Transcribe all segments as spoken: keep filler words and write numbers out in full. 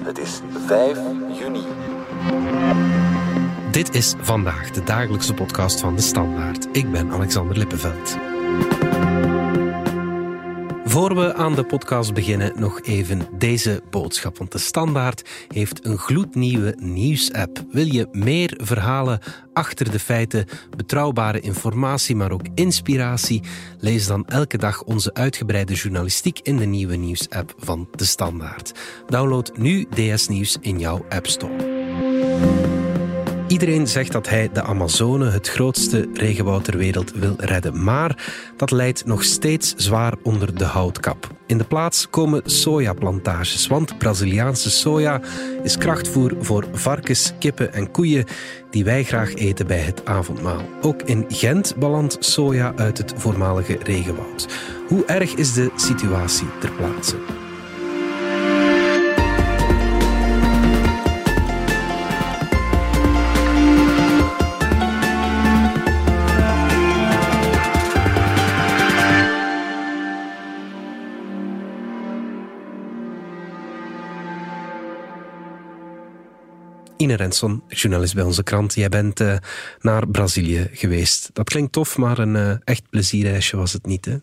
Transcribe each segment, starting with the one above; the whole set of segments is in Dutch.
Het is vijf juni. Dit is Vandaag, de dagelijkse podcast van De Standaard. Ik ben Alexander Lippenveld. Voor we aan de podcast beginnen, nog even deze boodschap. Want De Standaard heeft een gloednieuwe nieuwsapp. Wil je meer verhalen achter de feiten, betrouwbare informatie, maar ook inspiratie? Lees dan elke dag onze uitgebreide journalistiek in de nieuwe nieuwsapp van De Standaard. Download nu D S Nieuws in jouw App Store. Iedereen zegt dat hij de Amazone, het grootste regenwoud ter wereld, wil redden. Maar dat leidt nog steeds zwaar onder de houtkap. In de plaats komen sojaplantages, want Braziliaanse soja is krachtvoer voor varkens, kippen en koeien die wij graag eten bij het avondmaal. Ook in Gent belandt soja uit het voormalige regenwoud. Hoe erg is de situatie ter plaatse? Ine Renson, journalist bij onze krant. Jij bent uh, naar Brazilië geweest. Dat klinkt tof, maar een uh, echt plezierreisje was het niet, hè?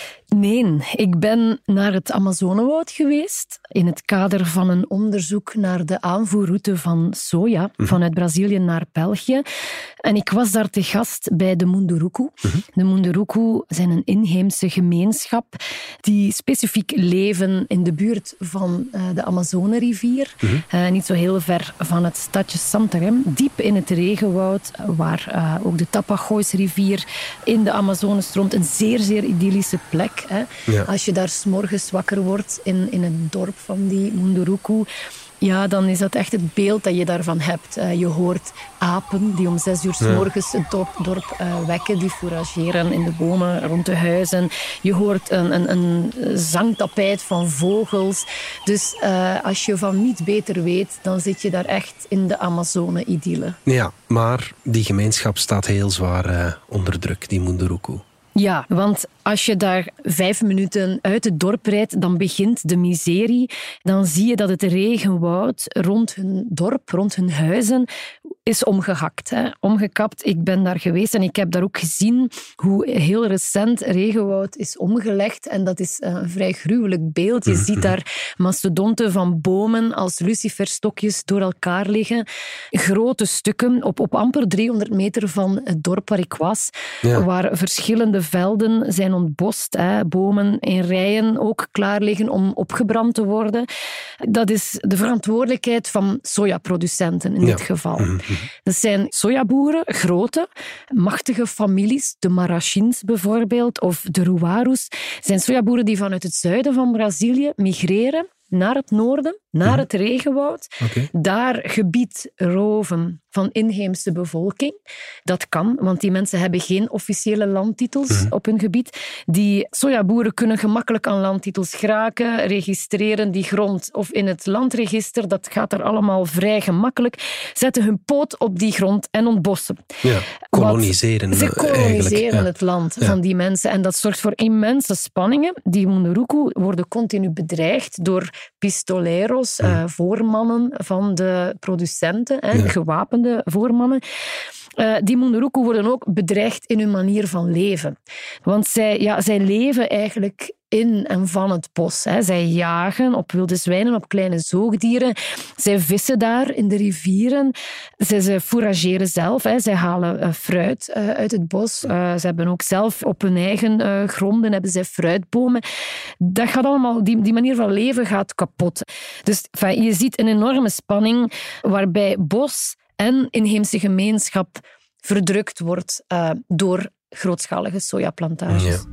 Nee, ik ben naar het Amazonewoud geweest in het kader van een onderzoek naar de aanvoerroute van soja mm-hmm. vanuit Brazilië naar België. En ik was daar te gast bij de Munduruku. Mm-hmm. De Munduruku zijn een inheemse gemeenschap die specifiek leven in de buurt van uh, de Amazonerivier. Mm-hmm. Uh, niet zo heel ver van het stadje Santarém, diep in het regenwoud, waar uh, ook de Tapajós-rivier in de Amazone stroomt. Een zeer, zeer idyllische plek. Hè. Ja. Als je daar 's morgens wakker wordt in, in het dorp van die Munduruku, ja, dan is dat echt het beeld dat je daarvan hebt. Uh, je hoort apen die om zes uur 's morgens het dorp, dorp uh, wekken, die fourageren in de bomen rond de huizen. Je hoort een, een, een zangtapijt van vogels. Dus uh, als je van niet beter weet, dan zit je daar echt in de Amazone-idylle. Ja, maar die gemeenschap staat heel zwaar uh, onder druk, die Munduruku. Ja, want als je daar vijf minuten uit het dorp rijdt, dan begint de miserie. Dan zie je dat het regenwoud rond hun dorp, rond hun huizen, is omgehakt, hè. Omgekapt. Ik ben daar geweest en ik heb daar ook gezien hoe heel recent regenwoud is omgelegd. En dat is een vrij gruwelijk beeld. Je mm-hmm. ziet daar mastodonten van bomen als luciferstokjes door elkaar liggen. Grote stukken op, op amper driehonderd meter van het dorp waar ik was, ja. waar verschillende velden zijn ontbost, hè. Bomen in rijen ook klaar liggen om opgebrand te worden. Dat is de verantwoordelijkheid van sojaproducenten in ja. dit geval. Mm-hmm. Dat zijn sojaboeren, grote, machtige families, de Marachins bijvoorbeeld, of de Ruarus. Dat zijn sojaboeren die vanuit het zuiden van Brazilië migreren naar het noorden, naar mm-hmm. het regenwoud. Okay. Daar gebied roven van inheemse bevolking. Dat kan, want die mensen hebben geen officiële landtitels mm-hmm. op hun gebied. Die sojaboeren kunnen gemakkelijk aan landtitels geraken, registreren die grond of in het landregister. Dat gaat er allemaal vrij gemakkelijk. Zetten hun poot op die grond en ontbossen. Ja, koloniseren. Wat, ze koloniseren ja. het land ja. van die mensen. En dat zorgt voor immense spanningen. Die Munduruku worden continu bedreigd door pistoleros, mm. uh, voormannen van de producenten, hè, ja. gewapende voormannen. Uh, die Munduruku worden ook bedreigd in hun manier van leven. Want zij, ja, zij leven eigenlijk in en van het bos. Hè. Zij jagen op wilde zwijnen, op kleine zoogdieren. Zij vissen daar in de rivieren. Zij, ze fourageren zelf. Hè. Zij halen uh, fruit uh, uit het bos. Uh, ze hebben ook zelf op hun eigen uh, gronden hebben zij fruitbomen. Dat gaat allemaal, die, die manier van leven gaat kapot. Dus enfin, je ziet een enorme spanning waarbij bos en inheemse gemeenschap verdrukt wordt uh, door grootschalige sojaplantages. Ja.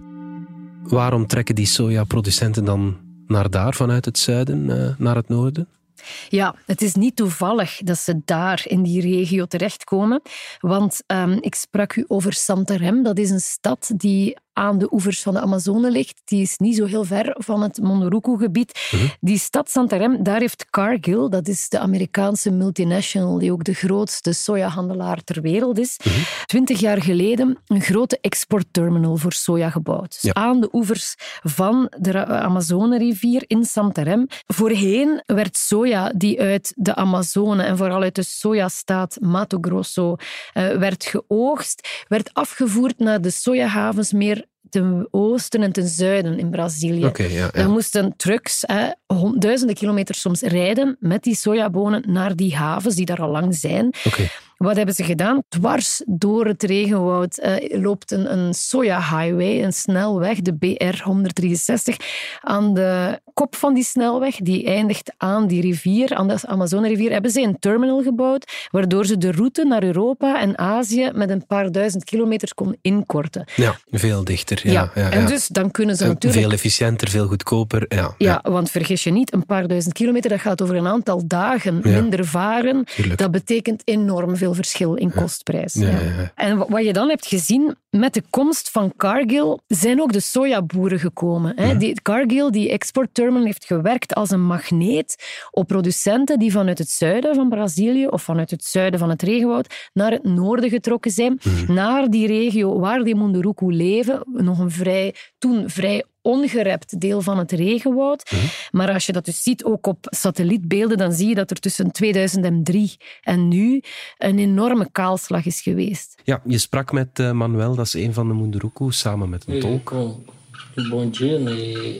Waarom trekken die sojaproducenten dan naar daar vanuit het zuiden, uh, naar het noorden? Ja, het is niet toevallig dat ze daar in die regio terechtkomen. Want um, ik sprak u over Santarém. Dat is een stad die aan de oevers van de Amazone ligt. Die is niet zo heel ver van het Munduruku-gebied. Mm-hmm. Die stad Santarém, daar heeft Cargill, dat is de Amerikaanse multinational die ook de grootste sojahandelaar ter wereld is, mm-hmm. twintig jaar geleden een grote exportterminal voor soja gebouwd. Dus ja. aan de oevers van de Amazone-rivier in Santarém. Voorheen werd soja die uit de Amazone en vooral uit de sojastaat Mato Grosso uh, werd geoogst, werd afgevoerd naar de sojahavens meer ten oosten en ten zuiden in Brazilië. Okay, ja, ja. Dan moesten trucks hè, duizenden kilometers soms rijden met die sojabonen naar die havens die daar al lang zijn. Okay. Wat hebben ze gedaan? Dwars door het regenwoud uh, loopt een, een soja-highway, een snelweg, de B R honderddrieënzestig. Aan de kop van die snelweg, die eindigt aan die rivier, aan de Amazone-rivier, hebben ze een terminal gebouwd, waardoor ze de route naar Europa en Azië met een paar duizend kilometers kon inkorten. Ja, veel dichter. Ja, ja. Ja, ja. En dus dan kunnen ze natuurlijk... Veel efficiënter, veel goedkoper. Ja, ja, ja, want vergis je niet, een paar duizend kilometer, dat gaat over een aantal dagen ja. minder varen. Tuurlijk. Dat betekent enorm veel verschil in kostprijs. Ja, ja. Ja, ja. En wat je dan hebt gezien, met de komst van Cargill zijn ook de sojaboeren gekomen. Hè. Ja. Die Cargill, die exportterminal, heeft gewerkt als een magneet op producenten die vanuit het zuiden van Brazilië of vanuit het zuiden van het regenwoud naar het noorden getrokken zijn, mm. naar die regio waar die Munduruku leven, nog een vrij, toen vrij ongerept deel van het regenwoud. Mm. Maar als je dat dus ziet, ook op satellietbeelden, dan zie je dat er tussen tweeduizend drie en nu een enorme kaalslag is geweest. Ja, je sprak met uh, Manuel, dat is een van de Munduruku, samen met een tolk. Bom dia, né?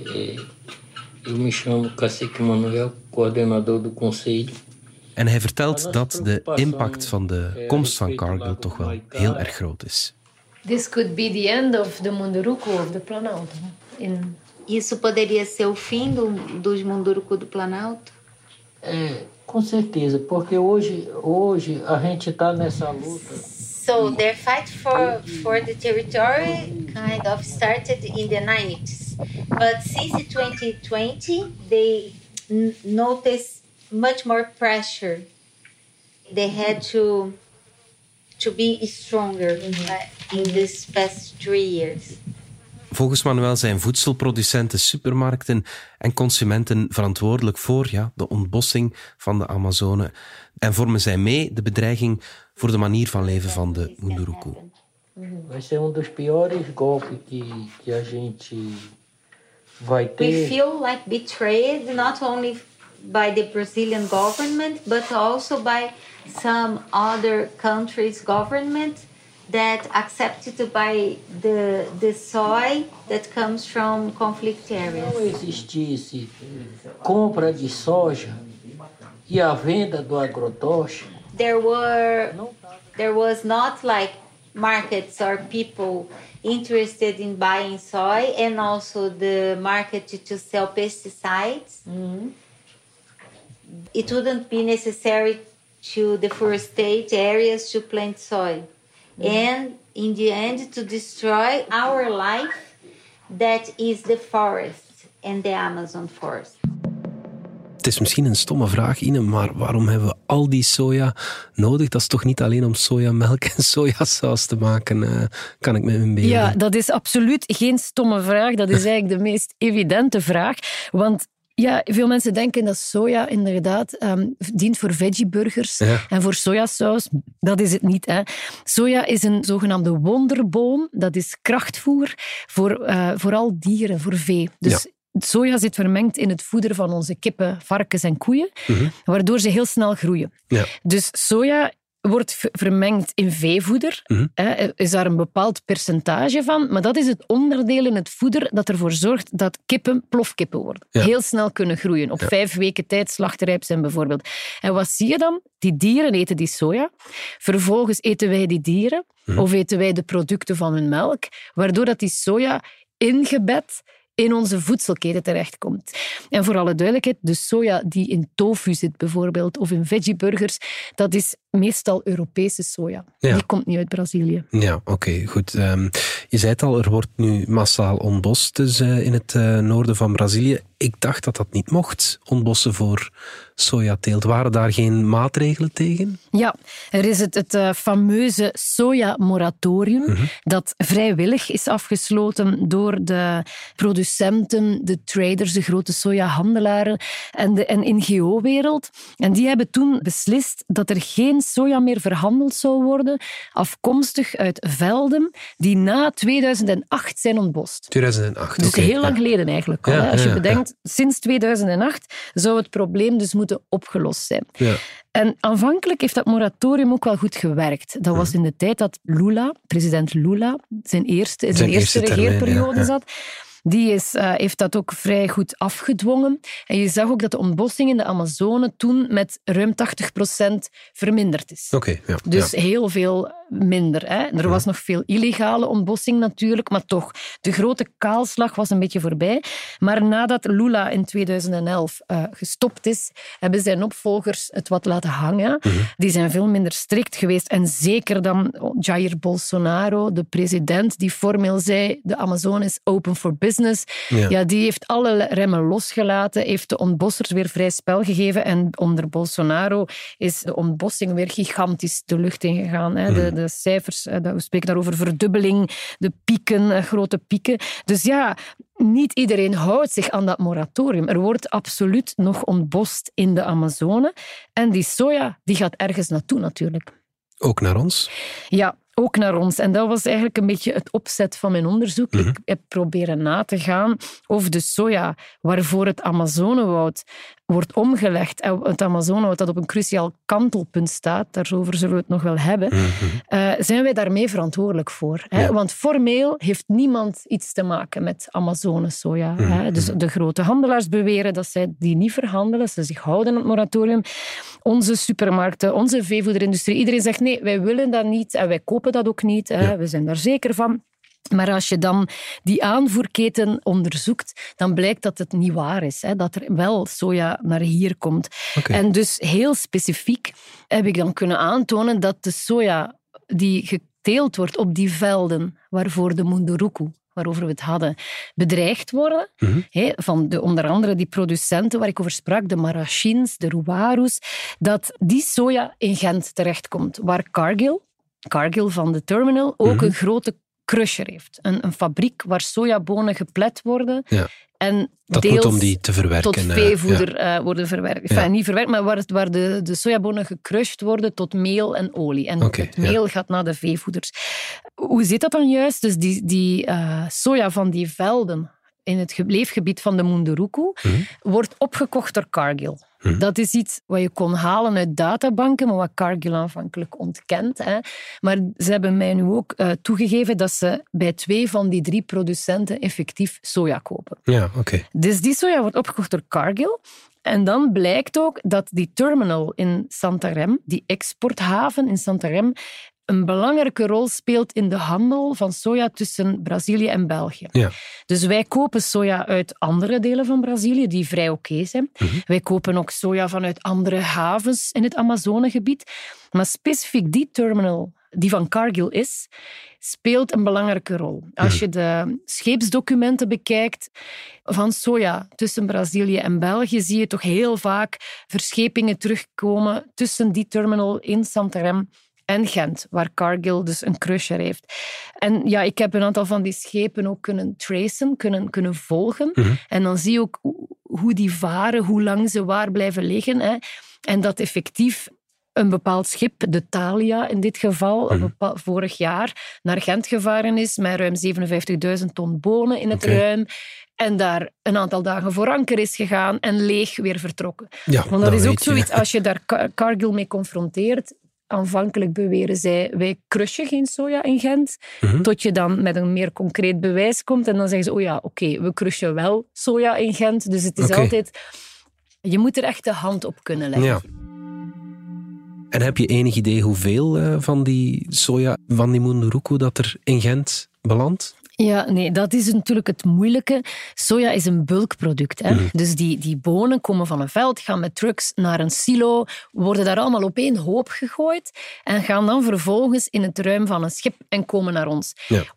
Eu me chamo Cacique Manuel, coordenador do conselho. En hij vertelt dat de impact van de komst van Cargill toch wel heel erg groot is. This could be the end of the Munduruku of the Planalto. In... Isso poderia ser o fim do, dos Munduruku do Planalto? É, com certeza, porque hoje, hoje a gente está nessa luta. So their fight for, for the territory kind of started in the nineties. But since twenty twenty, they n- noticed much more pressure. They had to, to be stronger uh, in these past three years. Volgens Manuel zijn voedselproducenten, supermarkten en consumenten verantwoordelijk voor ja, de ontbossing van de Amazone en vormen zij mee de bedreiging voor de manier van leven van de Munduruku. Vai ser um dos piores golpes que, que a gente vai ter. We feel like betrayed not only by the Brazilian government but also by some other countries' government that accepted to buy the, the soy that comes from conflict areas. Não existisse compra de soja e a venda do agrotóxico. There were, there was not like markets or people interested in buying soy and also the market to, to sell pesticides. Mm-hmm. It wouldn't be necessary to deforestate areas to plant soy. And in the end, to destroy our life, that is the forest and the Amazon forest. Het is misschien een stomme vraag, Ine, maar waarom hebben we al die soja nodig? Dat is toch niet alleen om sojamelk en sojasaus te maken, uh, kan ik me inbeelden. Ja, dat is absoluut geen stomme vraag. Dat is eigenlijk de meest evidente vraag. Want ja, veel mensen denken dat soja inderdaad um, dient voor veggieburgers ja. en voor sojasaus. Dat is het niet. Hè. Soja is een zogenaamde wonderboom. Dat is krachtvoer voor uh, vooral dieren, voor vee. Dus ja. Soja zit vermengd in het voeder van onze kippen, varkens en koeien, mm-hmm. waardoor ze heel snel groeien. Ja. Dus soja wordt vermengd in veevoeder. Mm-hmm. Er is daar een bepaald percentage van, maar dat is het onderdeel in het voeder dat ervoor zorgt dat kippen plofkippen worden. Ja. Heel snel kunnen groeien. Op ja. vijf weken tijd slachtrijp zijn bijvoorbeeld. En wat zie je dan? Die dieren eten die soja. Vervolgens eten wij die dieren, mm-hmm. of eten wij de producten van hun melk, waardoor dat die soja ingebed in onze voedselketen terechtkomt. En voor alle duidelijkheid, de soja die in tofu zit bijvoorbeeld, of in veggieburgers, dat is meestal Europese soja. Ja. Die komt niet uit Brazilië. Ja, oké, okay, goed. Um, Je zei het al, er wordt nu massaal ontbost dus, uh, in het uh, noorden van Brazilië. Ik dacht dat dat niet mocht, ontbossen voor sojateelt. Waren daar geen maatregelen tegen? Ja, er is het, het uh, fameuze sojamoratorium mm-hmm. dat vrijwillig is afgesloten door de producenten, de traders, de grote sojahandelaren en de en N G O-wereld. En die hebben toen beslist dat er geen soja meer verhandeld zou worden, afkomstig uit velden die na tweeduizend acht zijn ontbost. tweeduizend acht, Dus okay, heel lang ja. geleden eigenlijk al. Ja, Als je ja, bedenkt, ja. sinds tweeduizend acht zou het probleem dus moeten opgelost zijn. Ja. En aanvankelijk heeft dat moratorium ook wel goed gewerkt. Dat was in de tijd dat Lula, president Lula, zijn eerste, zijn zijn eerste, eerste regeerperiode termijn, ja, ja. zat. Die is, uh, heeft dat ook vrij goed afgedwongen. En je zag ook dat de ontbossing in de Amazone toen met ruim tachtig procent verminderd is. Oké, okay, ja. Dus ja. heel veel minder. Hè. Er was nog veel illegale ontbossing natuurlijk, maar toch, de grote kaalslag was een beetje voorbij. Maar nadat Lula in tweeduizend elf uh, gestopt is, hebben zijn opvolgers het wat laten hangen. Mm-hmm. Die zijn veel minder strikt geweest. En zeker dan Jair Bolsonaro, de president, die formeel zei de Amazone is open for business. Ja. ja, die heeft alle remmen losgelaten, heeft de ontbossers weer vrij spel gegeven en onder Bolsonaro is de ontbossing weer gigantisch de lucht ingegaan. Hè. De, de cijfers, we spreken daarover verdubbeling, de pieken, grote pieken. Dus ja, niet iedereen houdt zich aan dat moratorium. Er wordt absoluut nog ontbost in de Amazone. En die soja, die gaat ergens naartoe natuurlijk. Ook naar ons? Ja, ook naar ons. En dat was eigenlijk een beetje het opzet van mijn onderzoek. Mm-hmm. Ik heb proberen na te gaan of de soja waarvoor het Amazonewoud wordt omgelegd, en het Amazonewoud dat op een cruciaal kantelpunt staat, daarover zullen we het nog wel hebben, mm-hmm. uh, zijn wij daarmee verantwoordelijk voor. Hè? Ja. Want formeel heeft niemand iets te maken met Amazone-soja. Mm-hmm. Hè? Dus de grote handelaars beweren dat zij die niet verhandelen, ze zich houden aan het moratorium. Onze supermarkten, onze veevoederindustrie, iedereen zegt nee, wij willen dat niet en wij kopen dat ook niet. Hè? Ja. We zijn daar zeker van. Maar als je dan die aanvoerketen onderzoekt, dan blijkt dat het niet waar is. Hè? Dat er wel soja naar hier komt. Okay. En dus heel specifiek heb ik dan kunnen aantonen dat de soja die geteeld wordt op die velden waarvoor de Munduruku, waarover we het hadden, bedreigd worden. Mm-hmm. He, van de, onder andere die producenten waar ik over sprak, de Marachins, de Ruarus, dat die soja in Gent terechtkomt, waar Cargill, Cargill van de terminal, ook mm-hmm. een grote crusher heeft. Een, een fabriek waar sojabonen geplet worden. Ja. En dat deels moet om die te verwerken. Tot veevoeder ja. uh, worden verwerkt. Ja. Enfin, niet verwerkt, maar waar, het, waar de, de sojabonen gecrushed worden tot meel en olie. En okay, het meel ja. gaat naar de veevoeders. Hoe zit dat dan juist? Dus die, die uh, soja van die velden in het leefgebied van de Munduruku mm-hmm. wordt opgekocht door Cargill. Hmm. Dat is iets wat je kon halen uit databanken, maar wat Cargill aanvankelijk ontkent. Hè. Maar ze hebben mij nu ook uh, toegegeven dat ze bij twee van die drie producenten effectief soja kopen. Ja, oké. Okay. Dus die soja wordt opgekocht door Cargill. En dan blijkt ook dat die terminal in Santarém, die exporthaven in Santarém, een belangrijke rol speelt in de handel van soja tussen Brazilië en België. Ja. Dus wij kopen soja uit andere delen van Brazilië, die vrij oké okay zijn. Mm-hmm. Wij kopen ook soja vanuit andere havens in het Amazonegebied. Maar specifiek die terminal, die van Cargill is, speelt een belangrijke rol. Als je de scheepsdocumenten bekijkt van soja tussen Brazilië en België, zie je toch heel vaak verschepingen terugkomen tussen die terminal in Santarém en Gent, waar Cargill dus een crusher heeft. En ja, ik heb een aantal van die schepen ook kunnen tracen, kunnen, kunnen volgen. Mm-hmm. En dan zie je ook hoe die varen, hoe lang ze waar blijven liggen. Hè. En dat effectief een bepaald schip, de Thalia in dit geval, mm-hmm. bepaald, vorig jaar naar Gent gevaren is met ruim zevenenvijftigduizend ton bonen in het okay. ruim. En daar een aantal dagen voor anker is gegaan en leeg weer vertrokken. Ja, Want dat is ook zoiets, als je daar Cargill mee confronteert. Aanvankelijk beweren zij, wij crushen geen soja in Gent, mm-hmm. tot je dan met een meer concreet bewijs komt en dan zeggen ze, oh ja, oké, okay, we crushen wel soja in Gent. Dus het is okay. altijd... Je moet er echt de hand op kunnen leggen. Ja. En heb je enig idee hoeveel uh, van die soja, van die Munduruku, dat er in Gent belandt? Ja, nee, dat is natuurlijk het moeilijke. Soja is een bulkproduct. Hè? Mm. Dus die, die bonen komen van een veld, gaan met trucks naar een silo, worden daar allemaal op één hoop gegooid en gaan dan vervolgens in het ruim van een schip en komen naar ons. Ja.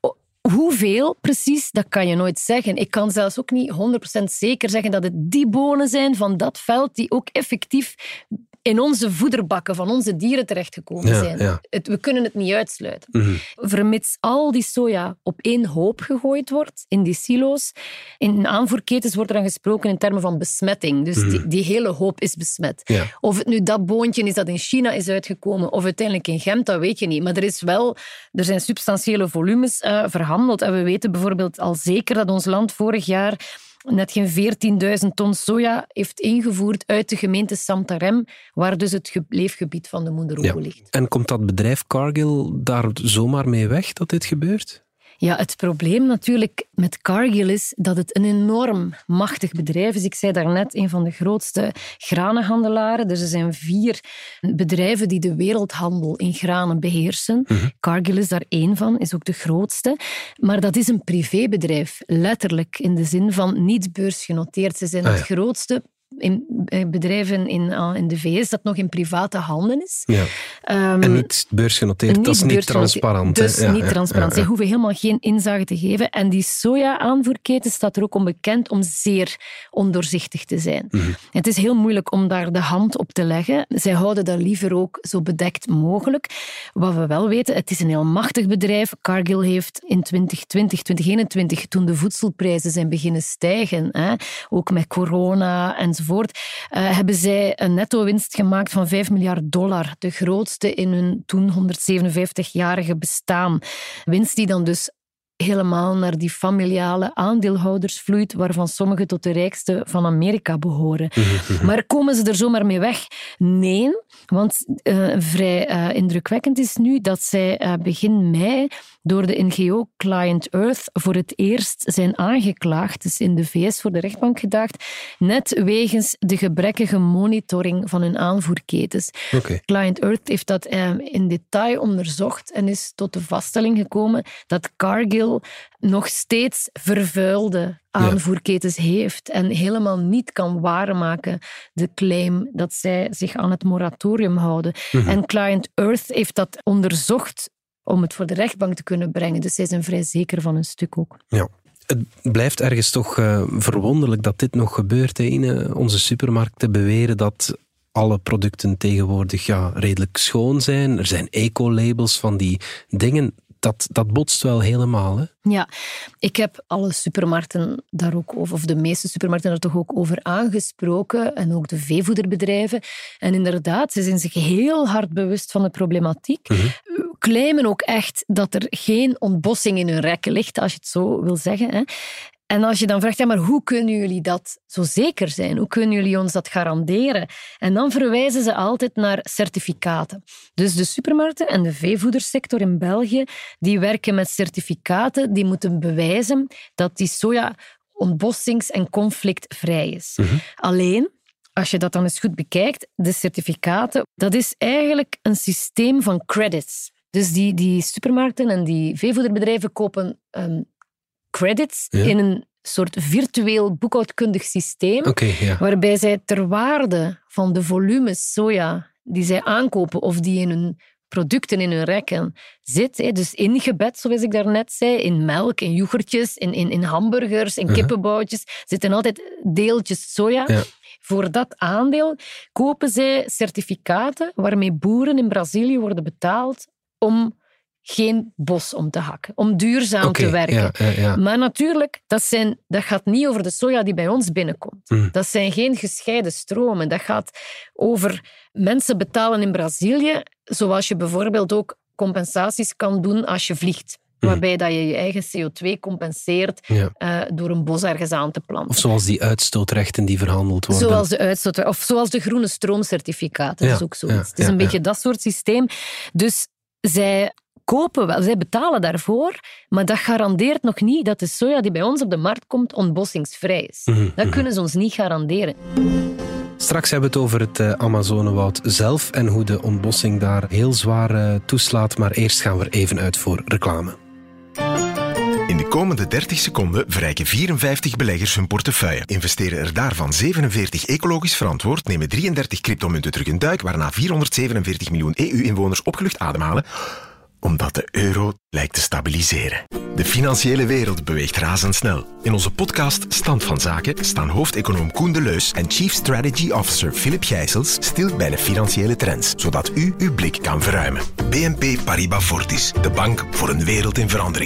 Hoeveel precies, dat kan je nooit zeggen. Ik kan zelfs ook niet honderd procent zeker zeggen dat het die bonen zijn van dat veld die ook effectief in onze voederbakken van onze dieren terechtgekomen ja, zijn. Ja. Het, we kunnen het niet uitsluiten. Mm-hmm. Vermits al die soja op één hoop gegooid wordt, in die silo's. In aanvoerketens wordt er dan gesproken in termen van besmetting. Dus mm-hmm. die, die hele hoop is besmet. Ja. Of het nu dat boontje is dat in China is uitgekomen, of uiteindelijk in Gent, dat weet je niet. Maar er, is wel, er zijn substantiële volumes uh, verhandeld. En we weten bijvoorbeeld al zeker dat ons land vorig jaar net geen veertienduizend ton soja heeft ingevoerd uit de gemeente Santarem, waar dus het leefgebied van de Munduruku ja. ligt. En komt dat bedrijf Cargill daar zomaar mee weg dat dit gebeurt? Ja, het probleem natuurlijk met Cargill is dat het een enorm machtig bedrijf is. Ik zei daarnet, een van de grootste granenhandelaren. Dus er zijn vier bedrijven die de wereldhandel in granen beheersen. Mm-hmm. Cargill is daar één van, is ook de grootste. Maar dat is een privébedrijf, letterlijk, in de zin van niet beursgenoteerd. Ze zijn ah, ja. het grootste in bedrijven in, in de V S dat nog in private handen is. Ja. Um, en niet beursgenoteerd, niet dat is niet transparant. Dus ja, niet ja, transparant. Ja, ja. Ze hoeven helemaal geen inzage te geven. En die soja-aanvoerketen staat er ook onbekend om zeer ondoorzichtig te zijn. Mm-hmm. Het is heel moeilijk om daar de hand op te leggen. Zij houden dat liever ook zo bedekt mogelijk. Wat we wel weten, het is een heel machtig bedrijf. Cargill heeft in twintig twintig, twintig eenentwintig, toen de voedselprijzen zijn beginnen stijgen, hè, ook met corona enzovoort, Voort, uh, hebben zij een netto-winst gemaakt van vijf miljard dollar. De grootste in hun toen honderdzevenenvijftigjarige bestaan. Winst die dan dus helemaal naar die familiale aandeelhouders vloeit, waarvan sommigen tot de rijkste van Amerika behoren. Maar komen ze er zomaar mee weg? Nee, want uh, vrij uh, indrukwekkend is nu dat zij uh, begin mei door de N G O Client Earth voor het eerst zijn aangeklaagd, dus in de V S voor de rechtbank gedaagd, net wegens de gebrekkige monitoring van hun aanvoerketens. Okay. Client Earth heeft dat uh, in detail onderzocht en is tot de vaststelling gekomen dat Cargill nog steeds vervuilde aanvoerketens ja. heeft en helemaal niet kan waarmaken de claim dat zij zich aan het moratorium houden. Mm-hmm. En Client Earth heeft dat onderzocht om het voor de rechtbank te kunnen brengen. Dus zij zijn vrij zeker van hun stuk ook. Ja. Het blijft ergens toch uh, verwonderlijk dat dit nog gebeurt. Hè. In uh, onze supermarkten beweren dat alle producten tegenwoordig ja, redelijk schoon zijn. Er zijn eco-labels van die dingen. Dat, dat botst wel helemaal, hè? Ja, ik heb alle supermarkten daar ook over, of de meeste supermarkten daar toch ook over aangesproken, en ook de veevoederbedrijven. En inderdaad, ze zijn zich heel hard bewust van de problematiek. Mm-hmm. Claimen ook echt dat er geen ontbossing in hun rekken ligt, als je het zo wil zeggen, hè. En als je dan vraagt, ja, maar hoe kunnen jullie dat zo zeker zijn? Hoe kunnen jullie ons dat garanderen? En dan verwijzen ze altijd naar certificaten. Dus de supermarkten en de veevoedersector in België, die werken met certificaten die moeten bewijzen dat die soja ontbossings- en conflictvrij is. Mm-hmm. Alleen, als je dat dan eens goed bekijkt, de certificaten, dat is eigenlijk een systeem van credits. Dus die, die supermarkten en die veevoederbedrijven kopen um, credits ja. in een soort virtueel boekhoudkundig systeem, okay, ja. waarbij zij ter waarde van de volumes soja die zij aankopen of die in hun producten in hun rekken zit, dus ingebed, zoals ik daarnet zei, in melk, in yoghurtjes, in, in, in hamburgers, in kippenboutjes, zitten altijd deeltjes soja. Ja. Voor dat aandeel kopen zij certificaten waarmee boeren in Brazilië worden betaald om geen bos om te hakken, om duurzaam okay, te werken. Ja, ja, ja. Maar natuurlijk, dat, zijn, dat gaat niet over de soja die bij ons binnenkomt. Mm. Dat zijn geen gescheiden stromen. Dat gaat over mensen betalen in Brazilië, zoals je bijvoorbeeld ook compensaties kan doen als je vliegt. Mm. Waarbij dat je je eigen C O twee compenseert ja. uh, door een bos ergens aan te planten. Of zoals die uitstootrechten die verhandeld worden. Zoals de uitstoot, of zoals de groene stroomcertificaten. Ja, dat is ook zoiets. Ja, het is ja, een ja. beetje dat soort systeem. Dus zij kopen wel, zij betalen daarvoor, maar dat garandeert nog niet dat de soja die bij ons op de markt komt ontbossingsvrij is. Mm-hmm. Dat kunnen ze ons niet garanderen. Straks hebben we het over het uh, Amazonewoud zelf en hoe de ontbossing daar heel zwaar uh, toeslaat, maar eerst gaan we er even uit voor reclame. In de komende dertig seconden verrijken vierenvijftig beleggers hun portefeuille. Investeren er daarvan zevenenveertig ecologisch verantwoord, nemen drieëndertig cryptomunten terug een duik, waarna vierhonderdzevenenveertig miljoen E U-inwoners opgelucht ademhalen. omdat de euro lijkt te stabiliseren. De financiële wereld beweegt razendsnel. In onze podcast Stand van Zaken staan hoofdeconoom Koen De Leus en Chief Strategy Officer Philip Gijsels stil bij de financiële trends, zodat u uw blik kan verruimen. B N P Paribas Fortis, de bank voor een wereld in verandering.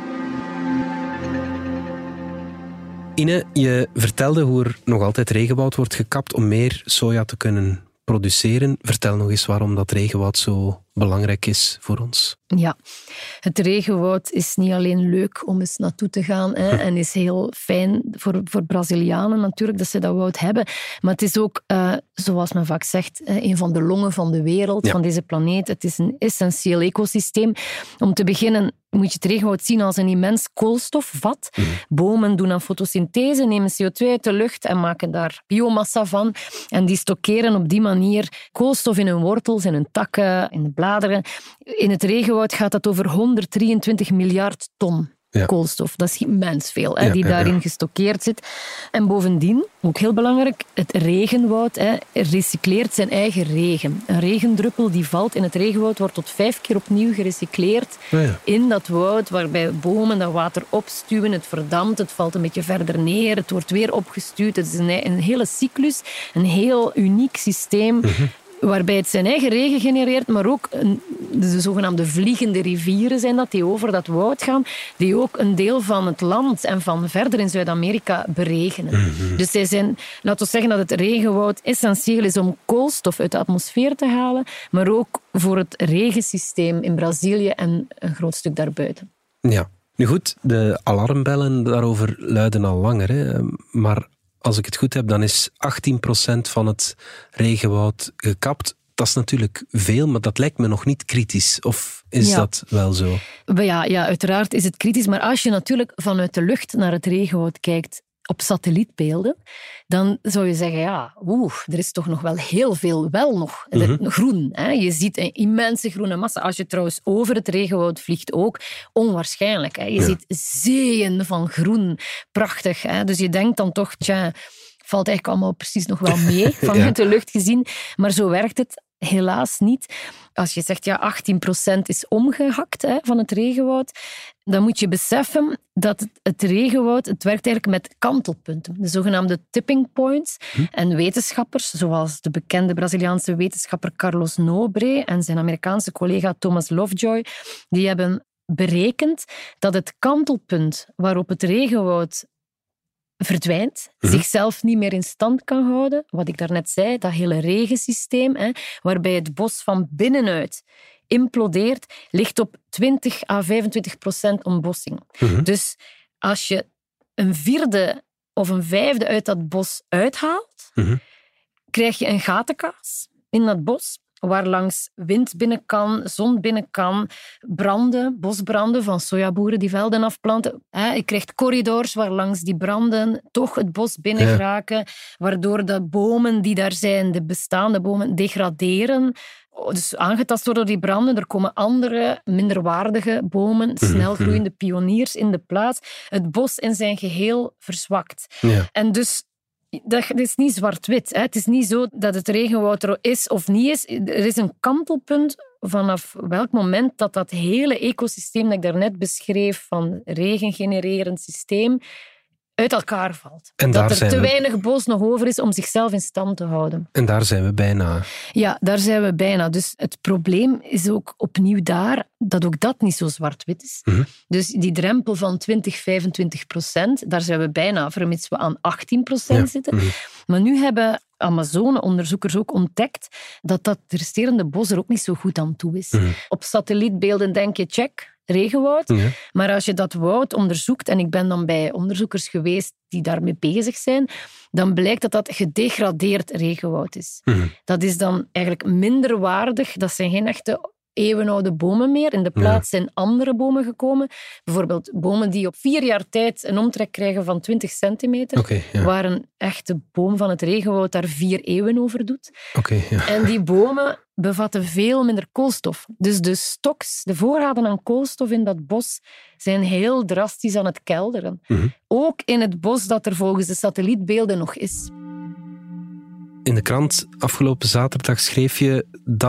Ine, je vertelde hoe er nog altijd regenwoud wordt gekapt om meer soja te kunnen produceren. Vertel nog eens waarom dat regenwoud zo belangrijk is voor ons. Ja, het regenwoud is niet alleen leuk om eens naartoe te gaan hè, en is heel fijn voor, voor Brazilianen natuurlijk dat ze dat woud hebben. Maar het is ook, uh, zoals men vaak zegt, een van de longen van de wereld, ja. van deze planeet. Het is een essentieel ecosysteem. Om te beginnen moet je het regenwoud zien als een immens koolstofvat. Mm. Bomen doen aan fotosynthese, nemen C O twee uit de lucht en maken daar biomassa van. En die stockeren op die manier koolstof in hun wortels, in hun takken, in de bladeren. In het regenwoud gaat dat over honderddrieëntwintig miljard ton. Ja. Koolstof. Dat is immens veel, hè, die ja, ja, daarin ja. gestockeerd zit. En bovendien, ook heel belangrijk, het regenwoud hè, recycleert zijn eigen regen. Een regendruppel die valt in het regenwoud wordt tot vijf keer opnieuw gerecycleerd ja, ja. in dat woud, waarbij bomen dat water opstuwen, het verdampt, het valt een beetje verder neer, het wordt weer opgestuwd. Het is een, een hele cyclus, een heel uniek systeem. Mm-hmm. Waarbij het zijn eigen regen genereert, maar ook een, de zogenaamde vliegende rivieren zijn dat, die over dat woud gaan, die ook een deel van het land en van verder in Zuid-Amerika beregenen. Mm-hmm. Dus zij zijn, laten we zeggen dat het regenwoud essentieel is om koolstof uit de atmosfeer te halen, maar ook voor het regensysteem in Brazilië en een groot stuk daarbuiten. Ja, nu goed, de alarmbellen daarover luiden al langer, hè? Maar als ik het goed heb, dan is achttien procent van het regenwoud gekapt. Dat is natuurlijk veel, maar dat lijkt me nog niet kritisch. Of is ja. dat wel zo? Ja, ja, uiteraard is het kritisch. Maar als je natuurlijk vanuit de lucht naar het regenwoud kijkt, op satellietbeelden, dan zou je zeggen, ja, oeh, er is toch nog wel heel veel wel nog mm-hmm. groen. Hè? Je ziet een immense groene massa. Als je trouwens over het regenwoud vliegt ook, onwaarschijnlijk. Hè? Je ja. ziet zeeën van groen. Prachtig. Hè? Dus je denkt dan toch, tja, valt eigenlijk allemaal precies nog wel mee, vanuit ja. de lucht gezien. Maar zo werkt het helaas niet. Als je zegt, ja, achttien procent is omgehakt hè, van het regenwoud, dan moet je beseffen dat het, het regenwoud, het werkt eigenlijk met kantelpunten, de zogenaamde tipping points. Hm? En wetenschappers, zoals de bekende Braziliaanse wetenschapper Carlos Nobre en zijn Amerikaanse collega Thomas Lovejoy, die hebben berekend dat het kantelpunt waarop het regenwoud verdwijnt, mm-hmm. zichzelf niet meer in stand kan houden. Wat ik daarnet zei, dat hele regensysteem, hè, waarbij het bos van binnenuit implodeert, ligt op twintig à vijfentwintig procent ontbossing. Mm-hmm. Dus als je een vierde of een vijfde uit dat bos uithaalt, mm-hmm. krijg je een gatenkaas in dat bos, waar langs wind binnen kan, zon binnen kan, branden, bosbranden van sojaboeren die velden afplanten. Je krijgt corridors waar langs die branden toch het bos binnen geraken, ja. waardoor de bomen die daar zijn, de bestaande bomen, degraderen. Dus aangetast worden door die branden. Er komen andere, minderwaardige bomen, snel groeiende pioniers in de plaats. Het bos in zijn geheel verzwakt. Ja. En dus dat is niet zwart-wit. Hè. Het is niet zo dat het regenwoud er is of niet is. Er is een kantelpunt vanaf welk moment dat dat hele ecosysteem dat ik daarnet beschreef, van regengenererend systeem, uit elkaar valt. En dat er te we... weinig bos nog over is om zichzelf in stand te houden. En daar zijn we bijna. Ja, daar zijn we bijna. Dus het probleem is ook opnieuw daar dat ook dat niet zo zwart-wit is. Mm-hmm. Dus die drempel van twintig, vijfentwintig procent, daar zijn we bijna, vermits we aan achttien procent ja. zitten. Mm-hmm. Maar nu hebben Amazone-onderzoekers ook ontdekt dat dat resterende bos er ook niet zo goed aan toe is. Mm-hmm. Op satellietbeelden denk je, check, regenwoud. Ja. Maar als je dat woud onderzoekt, en ik ben dan bij onderzoekers geweest die daarmee bezig zijn, dan blijkt dat dat gedegradeerd regenwoud is. Mm-hmm. Dat is dan eigenlijk minder waardig. Dat zijn geen echte eeuwenoude bomen meer. In de plaats ja. zijn andere bomen gekomen. Bijvoorbeeld bomen die op vier jaar tijd een omtrek krijgen van twintig centimeter, okay, ja. waar een echte boom van het regenwoud daar vier eeuwen over doet. Okay, ja. En die bomen bevatten veel minder koolstof. Dus de stoks, de voorraden aan koolstof in dat bos, zijn heel drastisch aan het kelderen. Mm-hmm. Ook in het bos dat er volgens de satellietbeelden nog is. In de krant afgelopen zaterdag schreef je dat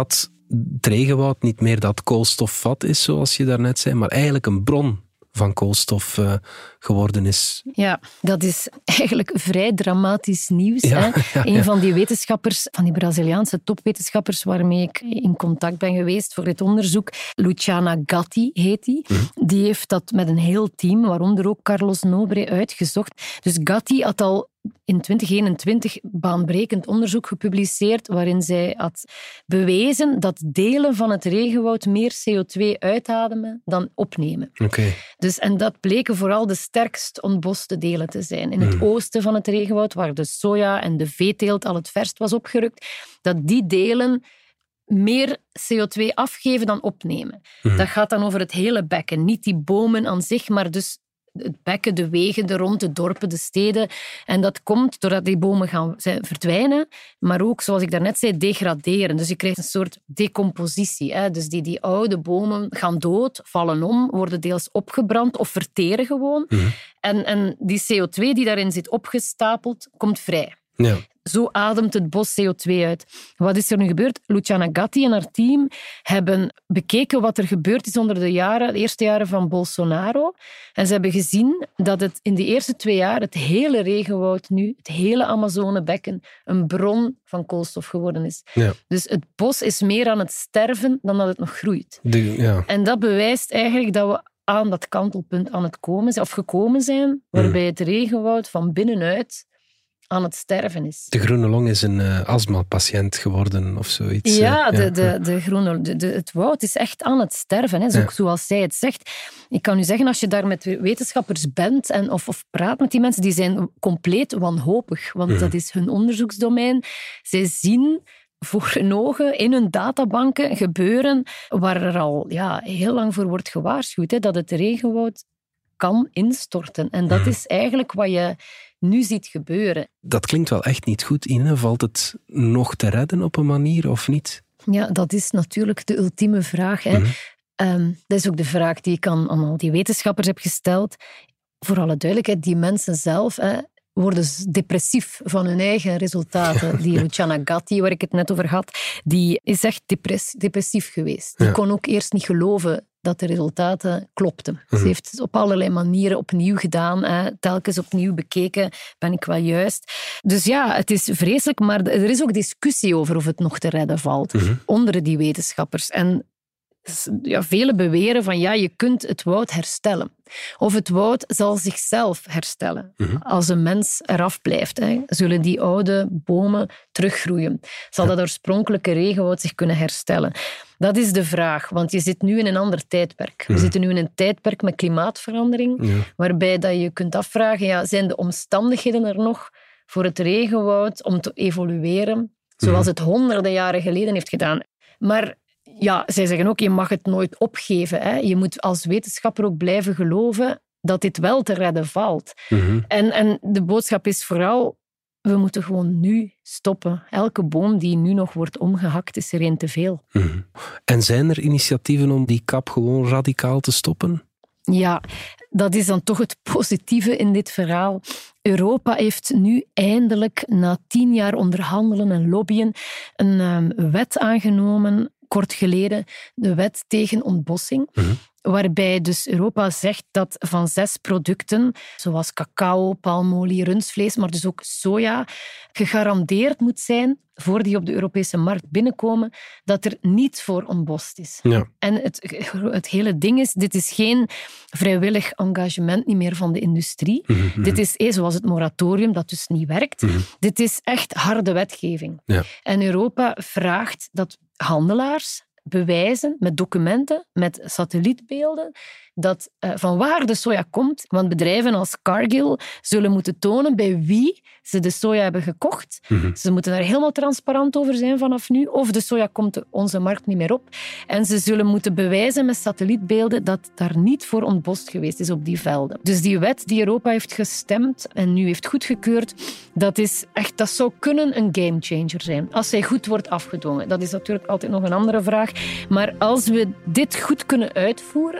het regenwoud niet meer dat koolstofvat is, zoals je daarnet zei, maar eigenlijk een bron van koolstof uh, geworden is. Ja, dat is eigenlijk vrij dramatisch nieuws. Ja, hè? ja, Een ja. van die wetenschappers, van die Braziliaanse topwetenschappers waarmee ik in contact ben geweest voor dit onderzoek, Luciana Gatti heet die. Mm-hmm. Die heeft dat met een heel team, waaronder ook Carlos Nobre, uitgezocht. Dus Gatti had al in twintig eenentwintig baanbrekend onderzoek gepubliceerd waarin zij had bewezen dat delen van het regenwoud meer C O twee uitademen dan opnemen. Okay. Dus, en dat bleken vooral de sterkst ontboste delen te zijn. In het mm. oosten van het regenwoud, waar de soja en de veeteelt al het verst was opgerukt, dat die delen meer C O twee afgeven dan opnemen. Mm. Dat gaat dan over het hele bekken. Niet die bomen aan zich, maar dus het bekken, de wegen, de rond, de dorpen, de steden. En dat komt doordat die bomen gaan verdwijnen, maar ook, zoals ik daarnet zei, degraderen. Dus je krijgt een soort decompositie. Hè? Dus die, die oude bomen gaan dood, vallen om, worden deels opgebrand of verteren gewoon. Mm-hmm. En, en die C O twee die daarin zit opgestapeld, komt vrij. Ja. Zo ademt het bos C O twee uit. Wat is er nu gebeurd? Luciana Gatti en haar team hebben bekeken wat er gebeurd is onder de, jaren, de eerste jaren van Bolsonaro. En ze hebben gezien dat het in de eerste twee jaar het hele regenwoud nu, het hele Amazonebekken, een bron van koolstof geworden is. Ja. Dus het bos is meer aan het sterven dan dat het nog groeit. De, ja. En dat bewijst eigenlijk dat we aan dat kantelpunt aan het komen zijn, of gekomen zijn, waarbij het regenwoud van binnenuit aan het sterven is. De groene long is een uh, astmapatiënt geworden of zoiets. Ja, de, de, de groene, de, de, het woud is echt aan het sterven, hè, zo, ja. zoals zij het zegt. Ik kan u zeggen, als je daar met wetenschappers bent en, of, of praat met die mensen, die zijn compleet wanhopig, want mm. dat is hun onderzoeksdomein. Zij zien voor hun ogen in hun databanken gebeuren waar er al ja, heel lang voor wordt gewaarschuwd, hè, dat het regenwoud kan instorten. En dat mm. is eigenlijk wat je nu ziet gebeuren. Dat klinkt wel echt niet goed, Ine. Valt het nog te redden op een manier of niet? Ja, dat is natuurlijk de ultieme vraag. Hè. Mm-hmm. Um, dat is ook de vraag die ik aan, aan al die wetenschappers heb gesteld. Voor alle duidelijkheid, die mensen zelf hè, worden depressief van hun eigen resultaten. Die Luciana Gatti, waar ik het net over had, die is echt depress- depressief geweest. Die ja. kon ook eerst niet geloven dat de resultaten klopten. Mm-hmm. Ze heeft het op allerlei manieren opnieuw gedaan, hè, telkens opnieuw bekeken, ben ik wel juist. Dus ja, het is vreselijk, maar er is ook discussie over of het nog te redden valt mm-hmm. onder die wetenschappers. En ja, velen beweren van ja, je kunt het woud herstellen. Of het woud zal zichzelf herstellen. Mm-hmm. Als een mens eraf blijft, hè, zullen die oude bomen teruggroeien. Zal ja. dat oorspronkelijke regenwoud zich kunnen herstellen? Dat is de vraag, want je zit nu in een ander tijdperk. We mm. zitten nu in een tijdperk met klimaatverandering, ja. waarbij dat je kunt afvragen, ja, zijn de omstandigheden er nog voor het regenwoud om te evolueren, zoals mm. het honderden jaren geleden heeft gedaan? Maar ja, zij zeggen ook, je mag het nooit opgeven. Hè. Je moet als wetenschapper ook blijven geloven dat dit wel te redden valt. Mm-hmm. En, en de boodschap is vooral, we moeten gewoon nu stoppen. Elke boom die nu nog wordt omgehakt, is er één te veel. Mm-hmm. En zijn er initiatieven om die kap gewoon radicaal te stoppen? Ja, dat is dan toch het positieve in dit verhaal. Europa heeft nu eindelijk, na tien jaar onderhandelen en lobbyen, een um, wet aangenomen, kort geleden, de wet tegen ontbossing. Mm-hmm. Waarbij dus Europa zegt dat van zes producten, zoals cacao, palmolie, rundvlees, maar dus ook soja, gegarandeerd moet zijn, voor die op de Europese markt binnenkomen, dat er niets voor ontbost is. Ja. En het, het hele ding is, dit is geen vrijwillig engagement niet meer van de industrie. Mm-hmm. Dit is, eh, zoals het moratorium, dat dus niet werkt. Mm-hmm. Dit is echt harde wetgeving. Ja. En Europa vraagt dat handelaars bewijzen met documenten, met satellietbeelden, dat uh, van waar de soja komt. Want bedrijven als Cargill zullen moeten tonen bij wie ze de soja hebben gekocht. Mm-hmm. Ze moeten daar helemaal transparant over zijn vanaf nu. Of de soja komt onze markt niet meer op. En ze zullen moeten bewijzen met satellietbeelden dat daar niet voor ontbost geweest is op die velden. Dus die wet die Europa heeft gestemd en nu heeft goedgekeurd, dat is echt, dat zou kunnen een gamechanger zijn. Als zij goed wordt afgedwongen. Dat is natuurlijk altijd nog een andere vraag. Maar als we dit goed kunnen uitvoeren,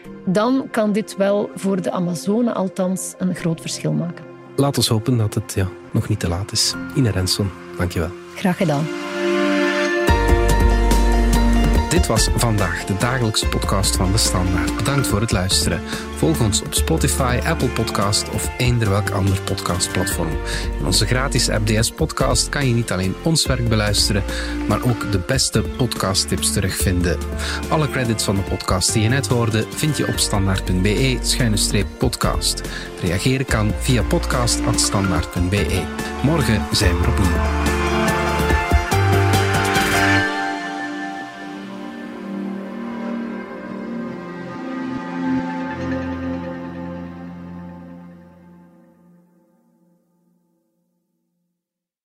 dan kan dit wel voor de Amazone althans een groot verschil maken. Laat ons hopen dat het ja, nog niet te laat is. Ine Renson, dank je wel. Graag gedaan. Dit was Vandaag, de dagelijkse podcast van De Standaard. Bedankt voor het luisteren. Volg ons op Spotify, Apple Podcast of eender welk ander podcastplatform. In onze gratis App D S Podcast kan je niet alleen ons werk beluisteren, maar ook de beste podcasttips terugvinden. Alle credits van de podcast die je net hoorde vind je op standaard.be schuine streep podcast. Reageren kan via podcast apenstaartje standaard punt be. Morgen zijn we er opnieuw.